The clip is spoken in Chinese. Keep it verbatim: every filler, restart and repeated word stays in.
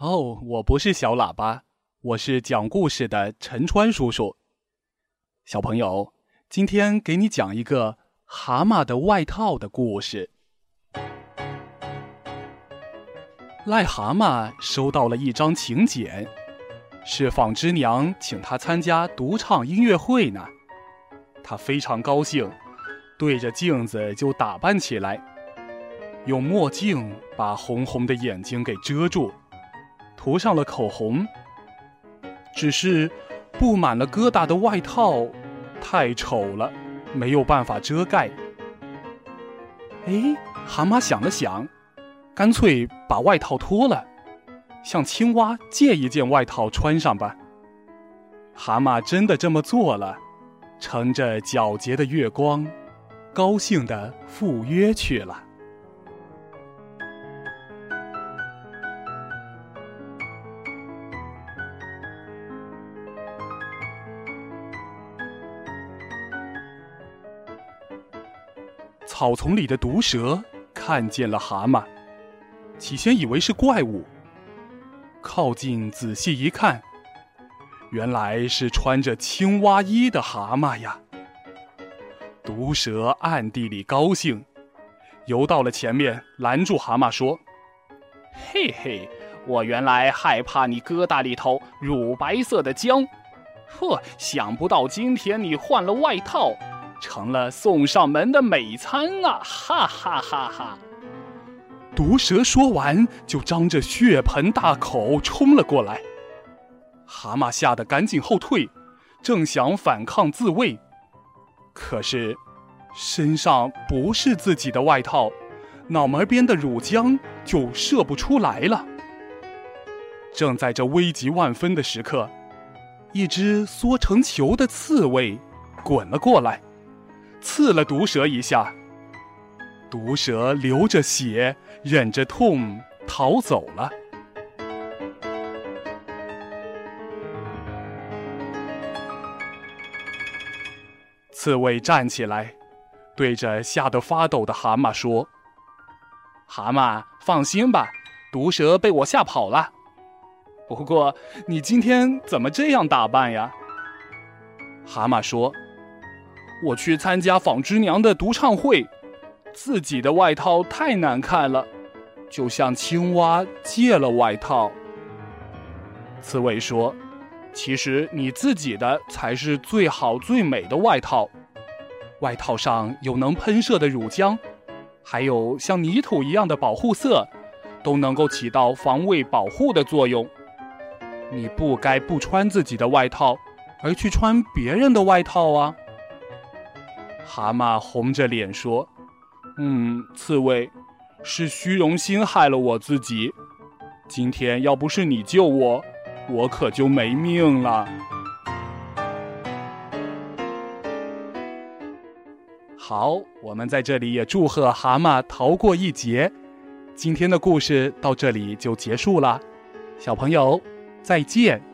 哦，我不是小喇叭，我是讲故事的陈川叔叔。小朋友，今天给你讲一个蛤蟆的外套的故事。癞蛤蟆收到了一张请柬，是纺织娘请他参加独唱音乐会呢。他非常高兴，对着镜子就打扮起来，用墨镜把红红的眼睛给遮住，涂上了口红。只是布满了疙瘩的外套太丑了，没有办法遮盖。哎，蛤蟆想了想，干脆把外套脱了，向青蛙借一件外套穿上吧。蛤蟆真的这么做了，乘着皎洁的月光，高兴地赴约去了。草丛里的毒蛇看见了蛤蟆，起先以为是怪物，靠近仔细一看，原来是穿着青蛙衣的蛤蟆呀。毒蛇暗地里高兴，游到了前面，拦住蛤蟆说：嘿嘿，我原来害怕你疙瘩里头乳白色的浆，呵，想不到今天你换了外套，成了送上门的美餐啊！哈哈哈哈！毒蛇说完，就张着血盆大口冲了过来。蛤蟆吓得赶紧后退，正想反抗自卫，可是身上不是自己的外套，脑门边的乳浆就射不出来了。正在这危急万分的时刻，一只缩成球的刺猬滚了过来，刺了毒蛇一下，毒蛇流着血，忍着痛逃走了。刺猬站起来，对着吓得发抖的蛤蟆说：蛤蟆，放心吧，毒蛇被我吓跑了。不过你今天怎么这样打扮呀？蛤蟆说：我去参加纺织娘的独唱会，自己的外套太难看了，就向青蛙借了外套。刺猬说：其实你自己的才是最好最美的外套，外套上有能喷射的乳浆，还有像泥土一样的保护色，都能够起到防卫保护的作用。你不该不穿自己的外套，而去穿别人的外套啊。蛤蟆红着脸说：嗯，刺猬，是虚荣心害了我自己，今天要不是你救我，我可就没命了。好，我们在这里也祝贺蛤蟆逃过一劫。今天的故事到这里就结束了，小朋友再见。